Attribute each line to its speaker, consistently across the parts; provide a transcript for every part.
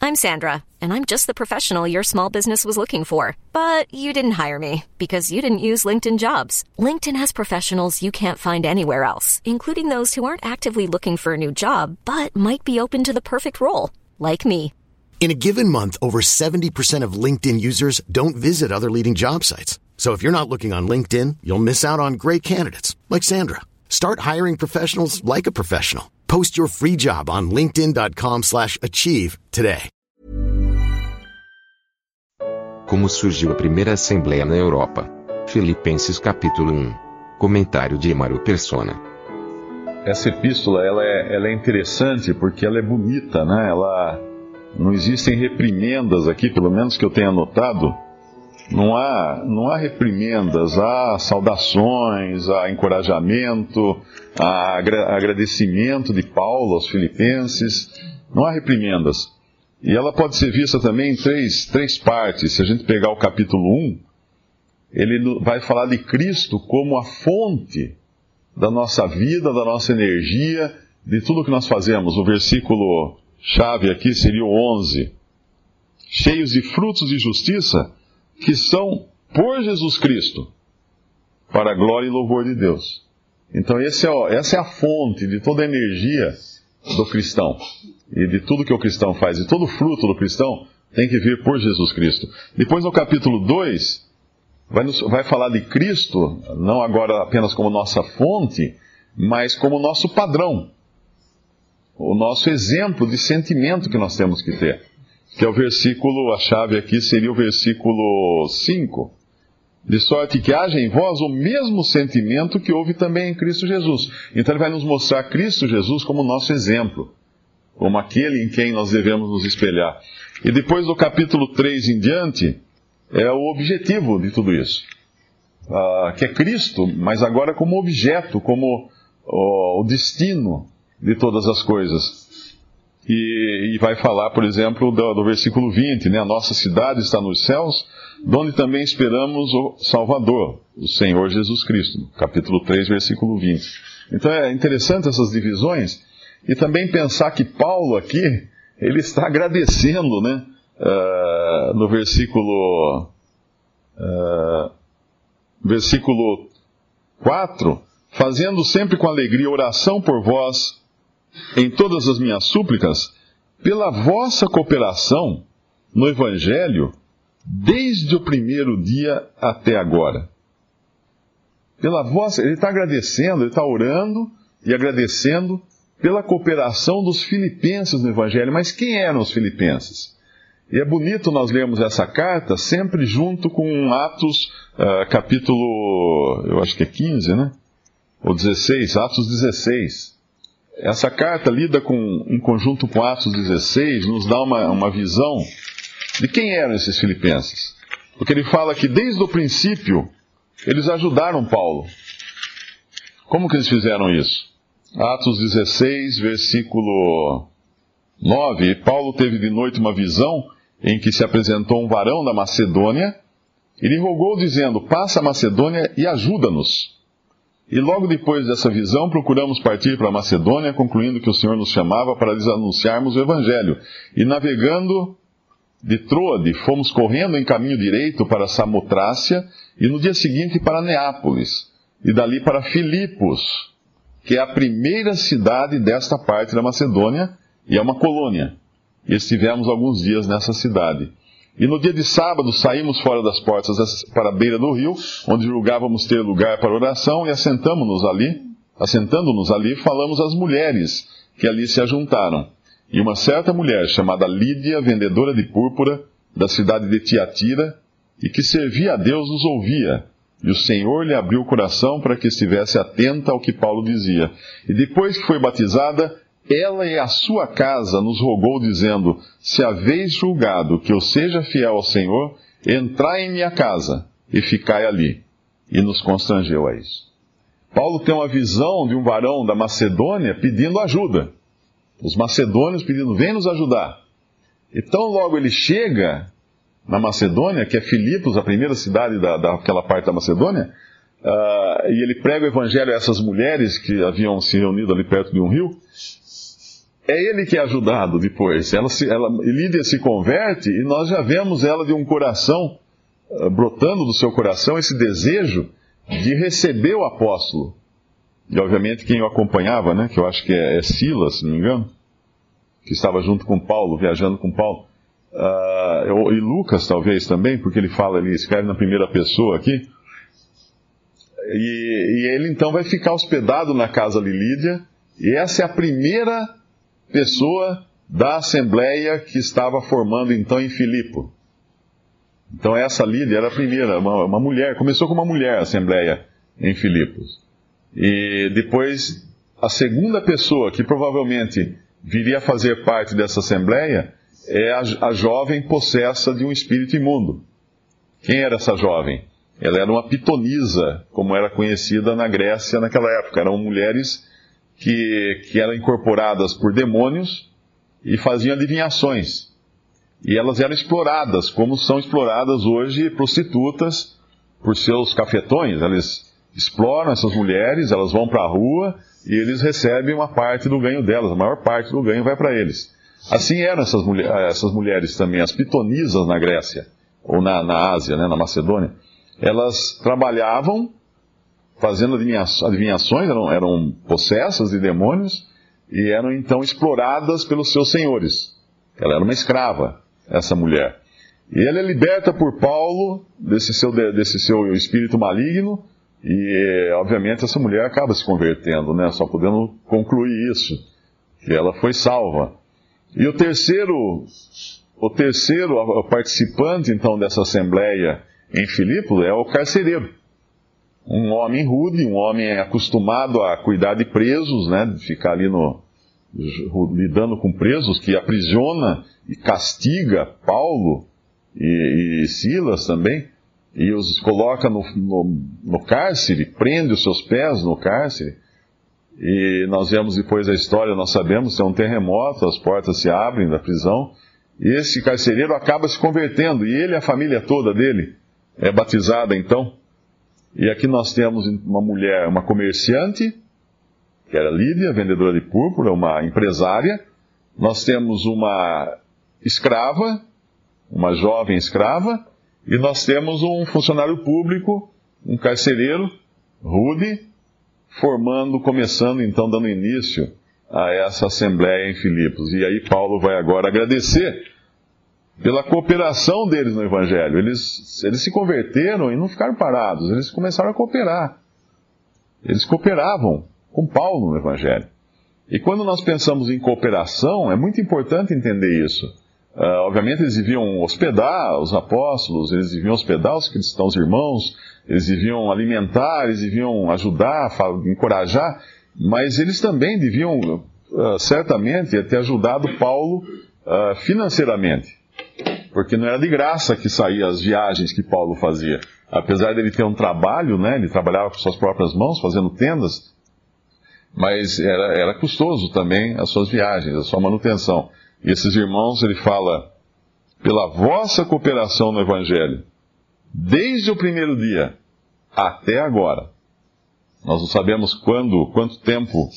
Speaker 1: I'm Sandra, and I'm just the professional your small business was looking for. But you didn't hire me because you didn't use LinkedIn Jobs. LinkedIn has professionals you can't find anywhere else, including those who aren't actively looking for a new job, but might be open to the perfect role, like me.
Speaker 2: In a given month, over 70% of LinkedIn users don't visit other leading job sites. So if you're not looking on LinkedIn, you'll miss out on great candidates like Sandra. Start hiring professionals like a professional. Post your free job on linkedin.com/achieve today.
Speaker 3: Como surgiu a primeira Assembleia na Europa? Filipenses capítulo 1. Comentário de Emaro Persona.
Speaker 4: Essa epístola ela é interessante porque ela é bonita, né? Não existem reprimendas aqui, pelo menos que eu tenha notado. Não há reprimendas, há saudações, há encorajamento, há agradecimento de Paulo aos filipenses. Não há reprimendas. E ela pode ser vista também em três partes. Se a gente pegar o capítulo 1, ele vai falar de Cristo como a fonte da nossa vida, da nossa energia, de tudo que nós fazemos. O versículo chave aqui seria o 11. Cheios de frutos de justiça que são por Jesus Cristo, para a glória e louvor de Deus. Então essa é a fonte de toda a energia do cristão. E de tudo que o cristão faz. E todo fruto do cristão tem que vir por Jesus Cristo. Depois no capítulo 2, vai falar de Cristo, não agora apenas como nossa fonte, mas como nosso padrão. O nosso exemplo de sentimento que nós temos que ter. Que é o versículo, a chave aqui seria o versículo 5. De sorte que haja em vós o mesmo sentimento que houve também em Cristo Jesus. Então ele vai nos mostrar Cristo Jesus como nosso exemplo. Como aquele em quem nós devemos nos espelhar. E depois do capítulo 3 em diante, é o objetivo de tudo isso. Que é Cristo, mas agora como objeto, como o destino de todas as coisas. E vai falar, por exemplo, do versículo 20, né? A nossa cidade está nos céus, donde também esperamos o Salvador, o Senhor Jesus Cristo. Capítulo 3, versículo 20. Então é interessante essas divisões, e também pensar que Paulo aqui, ele está agradecendo, né? No versículo 4, fazendo sempre com alegria oração por vós, em todas as minhas súplicas, pela vossa cooperação no Evangelho, desde o primeiro dia até agora. Ele está agradecendo, ele está orando e agradecendo pela cooperação dos filipenses no Evangelho. Mas quem eram os filipenses? E é bonito nós lermos essa carta sempre junto com Atos, capítulo, eu acho que é 15, né? Ou 16, Atos 16. Essa carta lida em conjunto com Atos 16, nos dá uma visão de quem eram esses filipenses. Porque ele fala que desde o princípio, eles ajudaram Paulo. Como que eles fizeram isso? Atos 16, versículo 9. Paulo teve de noite uma visão em que se apresentou um varão da Macedônia e lhe rogou dizendo, passa a Macedônia e ajuda-nos. E logo depois dessa visão, procuramos partir para a Macedônia, concluindo que o Senhor nos chamava para lhes anunciarmos o Evangelho. E navegando de Troade, fomos correndo em caminho direito para Samotrácia, e no dia seguinte para Neápolis, e dali para Filipos, que é a primeira cidade desta parte da Macedônia, e é uma colônia. E estivemos alguns dias nessa cidade. E no dia de sábado saímos fora das portas para a beira do rio, onde julgávamos ter lugar para oração, e assentando-nos ali, falamos às mulheres que ali se ajuntaram. E uma certa mulher, chamada Lídia, vendedora de púrpura, da cidade de Tiatira, e que servia a Deus, nos ouvia. E o Senhor lhe abriu o coração para que estivesse atenta ao que Paulo dizia. E depois que foi batizada, ela e a sua casa nos rogou, dizendo, se haveis julgado que eu seja fiel ao Senhor, entrai em minha casa e ficai ali. E nos constrangeu a isso. Paulo tem uma visão de um varão da Macedônia pedindo ajuda. Os macedônios pedindo, vem nos ajudar. Então logo ele chega na Macedônia, que é Filipos, a primeira cidade daquela parte da Macedônia, e ele prega o evangelho a essas mulheres que haviam se reunido ali perto de um rio. é ele que é ajudado depois. Lídia se converte e nós já vemos ela de um coração, brotando do seu coração esse desejo de receber o apóstolo. E obviamente quem o acompanhava, né, que eu acho que é Silas, se não me engano, que estava junto com Paulo, viajando com Paulo, e Lucas talvez também, porque ele escreve na primeira pessoa aqui, e ele então vai ficar hospedado na casa de Lídia, e essa é a primeira pessoa da assembleia que estava formando então em Filipo. Então essa Lídia era a primeira, uma mulher, começou com uma mulher a assembleia em Filipos. E depois a segunda pessoa que provavelmente viria a fazer parte dessa assembleia é a jovem possessa de um espírito imundo. Quem era essa jovem? Ela era uma pitonisa, como era conhecida na Grécia naquela época. Eram mulheres que eram incorporadas por demônios e faziam adivinhações. E elas eram exploradas, como são exploradas hoje prostitutas por seus cafetões. Eles exploram essas mulheres, elas vão para a rua e eles recebem uma parte do ganho delas. A maior parte do ganho vai para eles. Assim eram essas mulheres também, as pitonisas na Grécia, ou na Ásia, né, na Macedônia. Elas trabalhavam fazendo adivinhações, eram possessas de demônios, e eram então exploradas pelos seus senhores. Ela era uma escrava, essa mulher. E ela é liberta por Paulo desse seu espírito maligno, e obviamente essa mulher acaba se convertendo, né? Só podemos concluir isso, que ela foi salva. E o terceiro participante então dessa assembleia em Filipe é o carcereiro. Um homem rude, um homem acostumado a cuidar de presos, né, de ficar ali lidando com presos, que aprisiona e castiga Paulo e Silas também, e os coloca no cárcere, prende os seus pés no cárcere. E nós vemos depois a história, nós sabemos que é um terremoto, as portas se abrem da prisão, e esse carcereiro acaba se convertendo, e ele e a família toda dele é batizada então. E aqui nós temos uma mulher, uma comerciante, que era Lídia, vendedora de púrpura, uma empresária. Nós temos uma escrava, uma jovem escrava, e nós temos um funcionário público, um carcereiro, rude, começando então, dando início a essa assembleia em Filipos. E aí Paulo vai agora agradecer pela cooperação deles no Evangelho. Eles se converteram e não ficaram parados, eles começaram a cooperar. Eles cooperavam com Paulo no Evangelho. E quando nós pensamos em cooperação, é muito importante entender isso. Obviamente eles deviam hospedar os apóstolos, eles deviam hospedar os cristãos irmãos, eles deviam alimentar, eles deviam ajudar, encorajar, mas eles também deviam, certamente, ter ajudado Paulo financeiramente. Porque não era de graça que saíam as viagens que Paulo fazia. Apesar de ele ter um trabalho, né, ele trabalhava com suas próprias mãos, fazendo tendas, mas era custoso também as suas viagens, a sua manutenção. E esses irmãos, ele fala, pela vossa cooperação no Evangelho, desde o primeiro dia até agora. Nós não sabemos quanto tempo,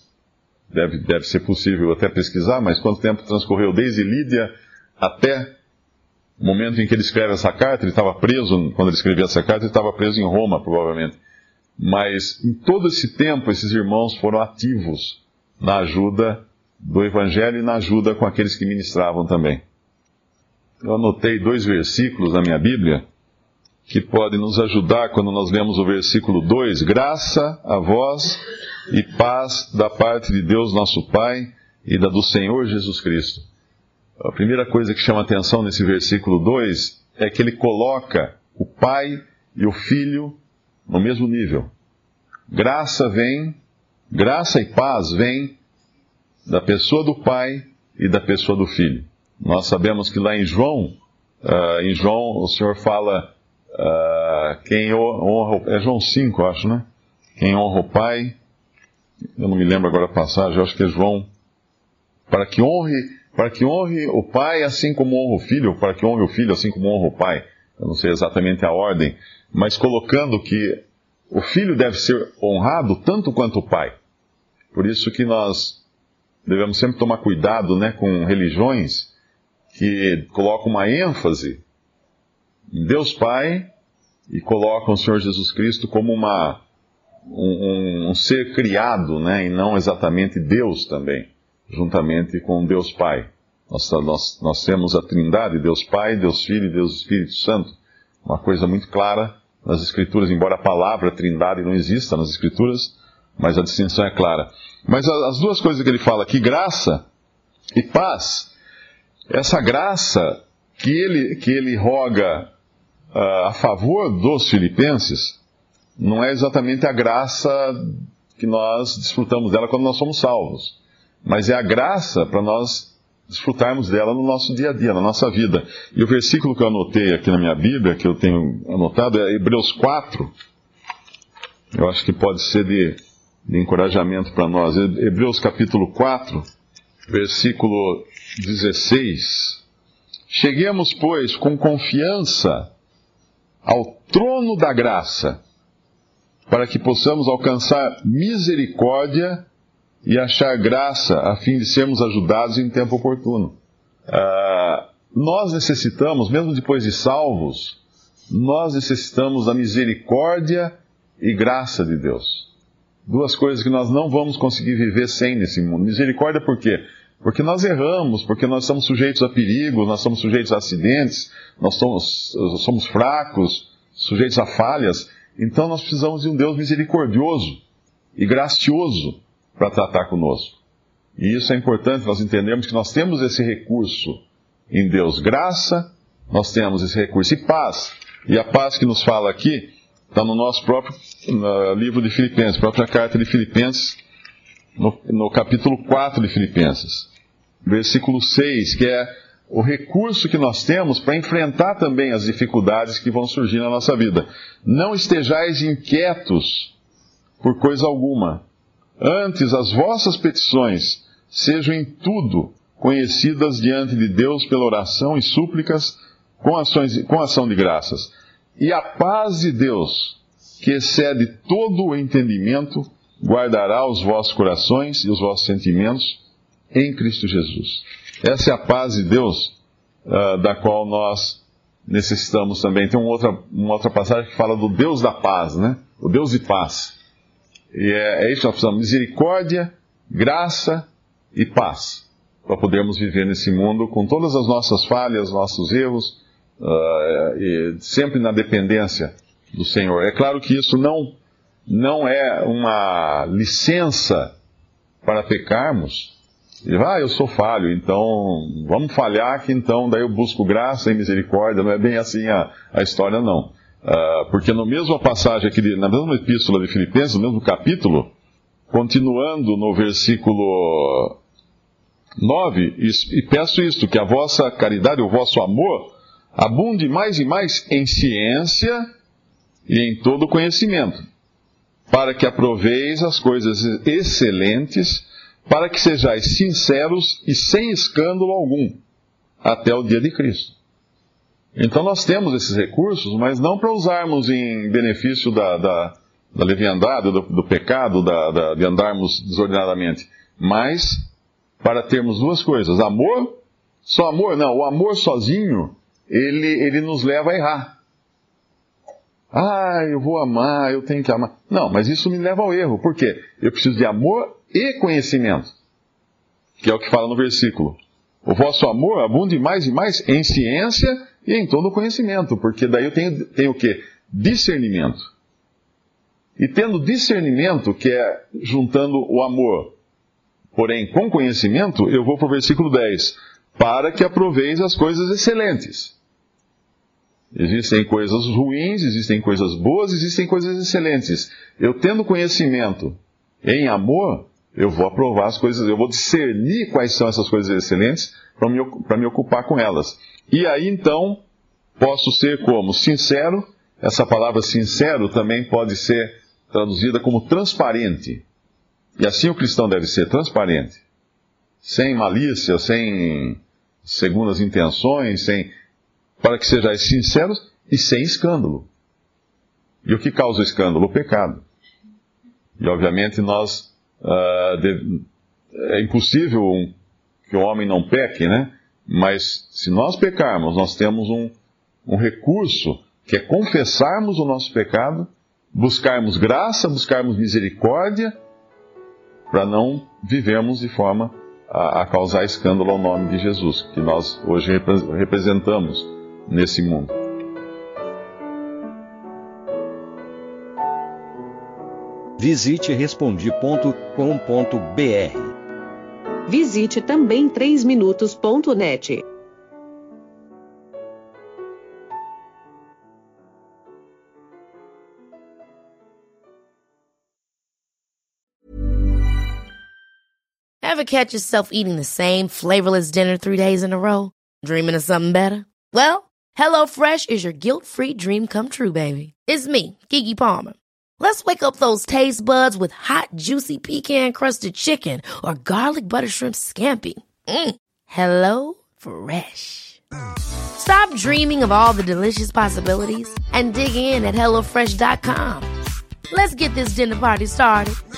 Speaker 4: deve ser possível até pesquisar, mas quanto tempo transcorreu desde Lídia até o momento em que ele escreve essa carta. Ele estava preso, quando ele escrevia essa carta, ele estava preso em Roma, provavelmente. Mas em todo esse tempo, esses irmãos foram ativos na ajuda do Evangelho e na ajuda com aqueles que ministravam também. Eu anotei 2 versículos na minha Bíblia que podem nos ajudar quando nós lemos o versículo 2. Graça a vós e paz da parte de Deus nosso Pai e da do Senhor Jesus Cristo. A primeira coisa que chama atenção nesse versículo 2 é que ele coloca o Pai e o Filho no mesmo nível. Graça e paz vem da pessoa do Pai e da pessoa do Filho. Nós sabemos que lá em João o Senhor fala, quem honra, é João 5, eu acho, né? Quem honra o Pai, eu não me lembro agora a passagem, eu acho que é João, para que honre o Pai assim como honra o Filho, ou para que honre o Filho assim como honra o Pai. Eu não sei exatamente a ordem, mas colocando que o Filho deve ser honrado tanto quanto o Pai. Por isso que nós devemos sempre tomar cuidado, né, com religiões que colocam uma ênfase em Deus Pai e colocam o Senhor Jesus Cristo como um ser criado, né, e não exatamente Deus também, juntamente com Deus Pai. Nós temos a Trindade, Deus Pai, Deus Filho e Deus Espírito Santo. Uma coisa muito clara nas Escrituras, embora a palavra Trindade não exista nas Escrituras, mas a distinção é clara. Mas as duas coisas que ele fala aqui, graça e paz, essa graça que ele roga a favor dos filipenses, não é exatamente a graça que nós desfrutamos dela quando nós somos salvos, mas é a graça para nós desfrutarmos dela no nosso dia a dia, na nossa vida. E o versículo que eu anotei aqui na minha Bíblia, que eu tenho anotado, é Hebreus 4. Eu acho que pode ser de encorajamento para nós. Hebreus capítulo 4, versículo 16. Cheguemos, pois, com confiança ao trono da graça, para que possamos alcançar misericórdia e achar graça, a fim de sermos ajudados em tempo oportuno. Nós necessitamos, mesmo depois de salvos, nós necessitamos da misericórdia e graça de Deus. Duas coisas que nós não vamos conseguir viver sem nesse mundo. Misericórdia por quê? Porque nós erramos, porque nós estamos sujeitos a perigos, nós estamos sujeitos a acidentes, nós somos fracos, sujeitos a falhas. Então nós precisamos de um Deus misericordioso e gracioso para tratar conosco. E isso é importante, nós entendemos que nós temos esse recurso em Deus. Graça, nós temos esse recurso. E paz. E a paz que nos fala aqui está no nosso próprio livro de Filipenses, própria carta de Filipenses, no capítulo 4 de Filipenses, versículo 6, que é o recurso que nós temos para enfrentar também as dificuldades que vão surgir na nossa vida. Não estejais inquietos por coisa alguma. Antes, as vossas petições sejam em tudo conhecidas diante de Deus pela oração e súplicas com ação de graças. E a paz de Deus, que excede todo o entendimento, guardará os vossos corações e os vossos sentimentos em Cristo Jesus. Essa é a paz de Deus, da qual nós necessitamos também. Tem uma outra passagem que fala do Deus da paz, né? O Deus de paz. E é isso que nós precisamos: misericórdia, graça e paz, para podermos viver nesse mundo com todas as nossas falhas, nossos erros, e sempre na dependência do Senhor. É claro que isso não é uma licença para pecarmos. Eu sou falho, então vamos falhar que então daí eu busco graça e misericórdia. Não é bem assim a história, não. Porque na mesma passagem aqui, na mesma epístola de Filipenses, no mesmo capítulo, continuando no versículo 9, e peço isto, que a vossa caridade, o vosso amor, abunde mais e mais em ciência e em todo conhecimento, para que aproveis as coisas excelentes, para que sejais sinceros e sem escândalo algum, até o dia de Cristo. Então nós temos esses recursos, mas não para usarmos em benefício da leviandade, do pecado, de andarmos desordenadamente, mas para termos duas coisas: amor, só amor, não, o amor sozinho, ele nos leva a errar. Eu vou amar, eu tenho que amar. Não, mas isso me leva ao erro. Por quê? Eu preciso de amor e conhecimento, que é o que fala no versículo. O vosso amor abunde mais e mais em ciência e em todo conhecimento, porque daí eu tenho o quê? Discernimento. E tendo discernimento, que é juntando o amor, porém com conhecimento, eu vou para o versículo 10. Para que aproveis as coisas excelentes. Existem coisas ruins, existem coisas boas, existem coisas excelentes. Eu tendo conhecimento em amor, eu vou aprovar as coisas, eu vou discernir quais são essas coisas excelentes para me ocupar com elas. E aí então, posso ser como? Sincero. Essa palavra sincero também pode ser traduzida como transparente. E assim o cristão deve ser transparente. Sem malícia, sem segundas intenções, para que sejais sinceros e sem escândalo. E o que causa o escândalo? O pecado. E obviamente nós é impossível que o homem não peque, né? Mas se nós pecarmos, nós temos um recurso, que é confessarmos o nosso pecado, buscarmos graça, buscarmos misericórdia, para não vivermos de forma a causar escândalo ao nome de Jesus, que nós hoje representamos nesse mundo.
Speaker 5: Visite Respondi.com.br.
Speaker 6: Visite também 3minutos.net.
Speaker 7: Ever catch yourself eating the same flavorless dinner 3 days in a row? Dreaming of something better? Well, HelloFresh is your guilt-free dream come true, baby. It's me, Keke Palmer. Let's wake up those taste buds with hot, juicy pecan-crusted chicken or garlic butter shrimp scampi. Hello Fresh. Stop dreaming of all the delicious possibilities and dig in at HelloFresh.com. Let's get this dinner party started.